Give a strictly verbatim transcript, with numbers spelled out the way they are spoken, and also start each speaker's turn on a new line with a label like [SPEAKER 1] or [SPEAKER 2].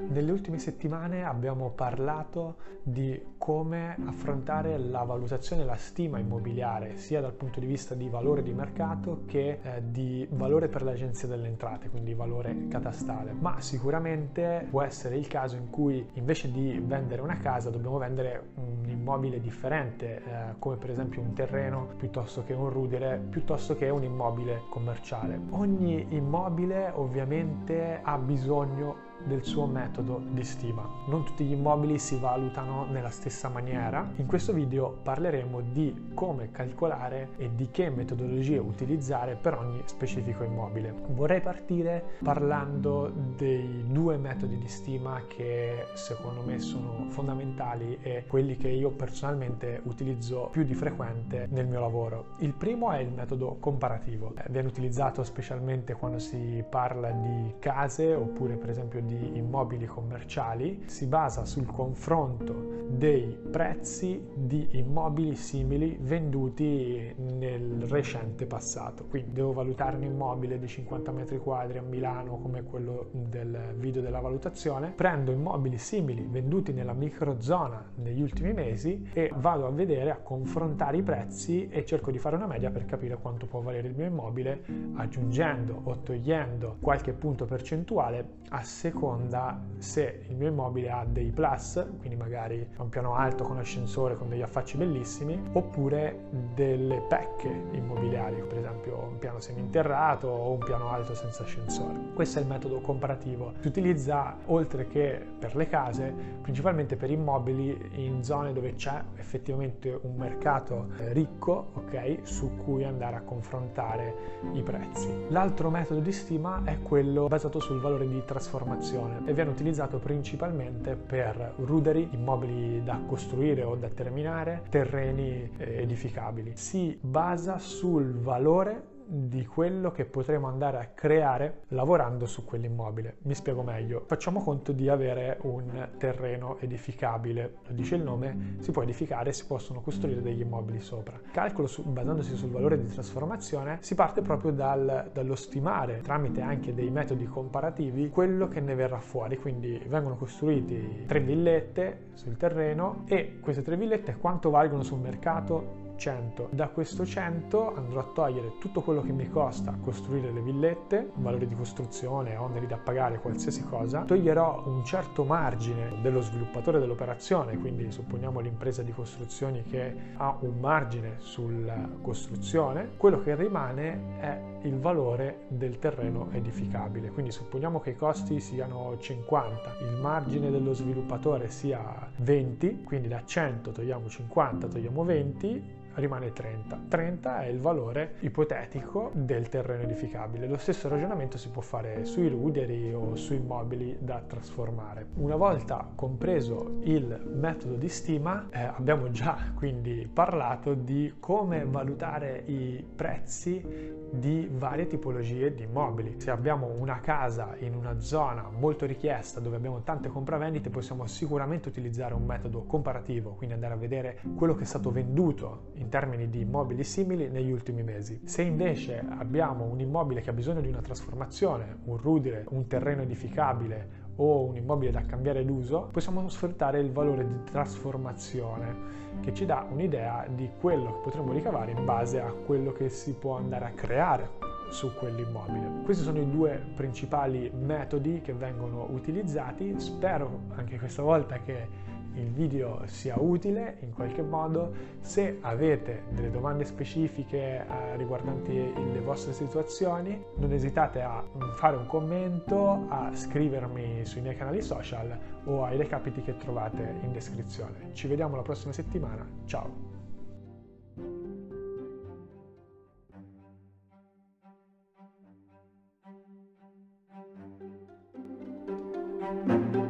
[SPEAKER 1] Nelle ultime settimane abbiamo parlato di come affrontare la valutazione e la stima immobiliare, sia dal punto di vista di valore di mercato che eh, di valore per l'Agenzia delle Entrate, quindi valore catastale. Ma sicuramente può essere il caso in cui invece di vendere una casa dobbiamo vendere un immobile differente, eh, come per esempio un terreno piuttosto che un rudere, piuttosto che un immobile commerciale. Ogni immobile ovviamente ha bisogno del suo metodo di stima. Non tutti gli immobili si valutano nella stessa maniera. In questo video parleremo di come calcolare e di che metodologie utilizzare per ogni specifico immobile. Vorrei partire parlando dei due metodi di stima che secondo me sono fondamentali e quelli che io personalmente utilizzo più di frequente nel mio lavoro. Il primo è il metodo comparativo. Eh, viene utilizzato specialmente quando si parla di case oppure per esempio di di immobili commerciali. Si basa sul confronto dei prezzi di immobili simili venduti nel recente passato. Quindi devo valutare un immobile di cinquanta metri quadri a Milano come quello del video della valutazione, prendo immobili simili venduti nella microzona negli ultimi mesi e vado a vedere, a confrontare i prezzi e cerco di fare una media per capire quanto può valere il mio immobile, aggiungendo o togliendo qualche punto percentuale a seconda se il mio immobile ha dei plus, quindi magari ha un piano alto con ascensore con degli affacci bellissimi, oppure delle pecche immobiliari, per esempio un piano seminterrato o un piano alto senza ascensore. Questo è il metodo comparativo. Si utilizza, oltre che per le case, principalmente per immobili in zone dove c'è effettivamente un mercato ricco, ok, su cui andare a confrontare i prezzi. L'altro metodo di stima è quello basato sul valore di trasformazione e viene utilizzato principalmente per ruderi, immobili da costruire o da terminare, terreni edificabili. Si basa sul valore di quello che potremo andare a creare lavorando su quell'immobile. Mi spiego meglio. Facciamo conto di avere un terreno edificabile, lo dice il nome, si può edificare e si possono costruire degli immobili sopra. Calcolo su, basandosi sul valore di trasformazione, si parte proprio dal, dallo stimare, tramite anche dei metodi comparativi, quello che ne verrà fuori. Quindi vengono costruiti tre villette sul terreno e queste tre villette quanto valgono sul mercato? cento. Da questo cento andrò a togliere tutto quello che mi costa costruire le villette, valore di costruzione, oneri da pagare, qualsiasi cosa, toglierò un certo margine dello sviluppatore dell'operazione, quindi supponiamo l'impresa di costruzioni che ha un margine sulla costruzione, quello che rimane è il valore del terreno edificabile, quindi supponiamo che i costi siano cinquanta, il margine dello sviluppatore sia venti, quindi da cento togliamo cinquanta, togliamo venti, rimane trenta. trenta è il valore ipotetico del terreno edificabile. Lo stesso ragionamento si può fare sui ruderi o sui immobili da trasformare. Una volta compreso il metodo di stima, eh, abbiamo già quindi parlato di come valutare i prezzi di varie tipologie di immobili. Se abbiamo una casa in una zona molto richiesta dove abbiamo tante compravendite, possiamo sicuramente utilizzare un metodo comparativo, quindi andare a vedere quello che è stato venduto in termini di immobili simili negli ultimi mesi. Se invece abbiamo un immobile che ha bisogno di una trasformazione, un rudere, un terreno edificabile o un immobile da cambiare d'uso, possiamo sfruttare il valore di trasformazione che ci dà un'idea di quello che potremo ricavare in base a quello che si può andare a creare su quell'immobile. Questi sono i due principali metodi che vengono utilizzati. Spero anche questa volta che il video sia utile in qualche modo. Se avete delle domande specifiche eh, riguardanti le vostre situazioni, non esitate a fare un commento, a scrivermi sui miei canali social o ai recapiti che trovate in descrizione. Ci vediamo la prossima settimana. Ciao!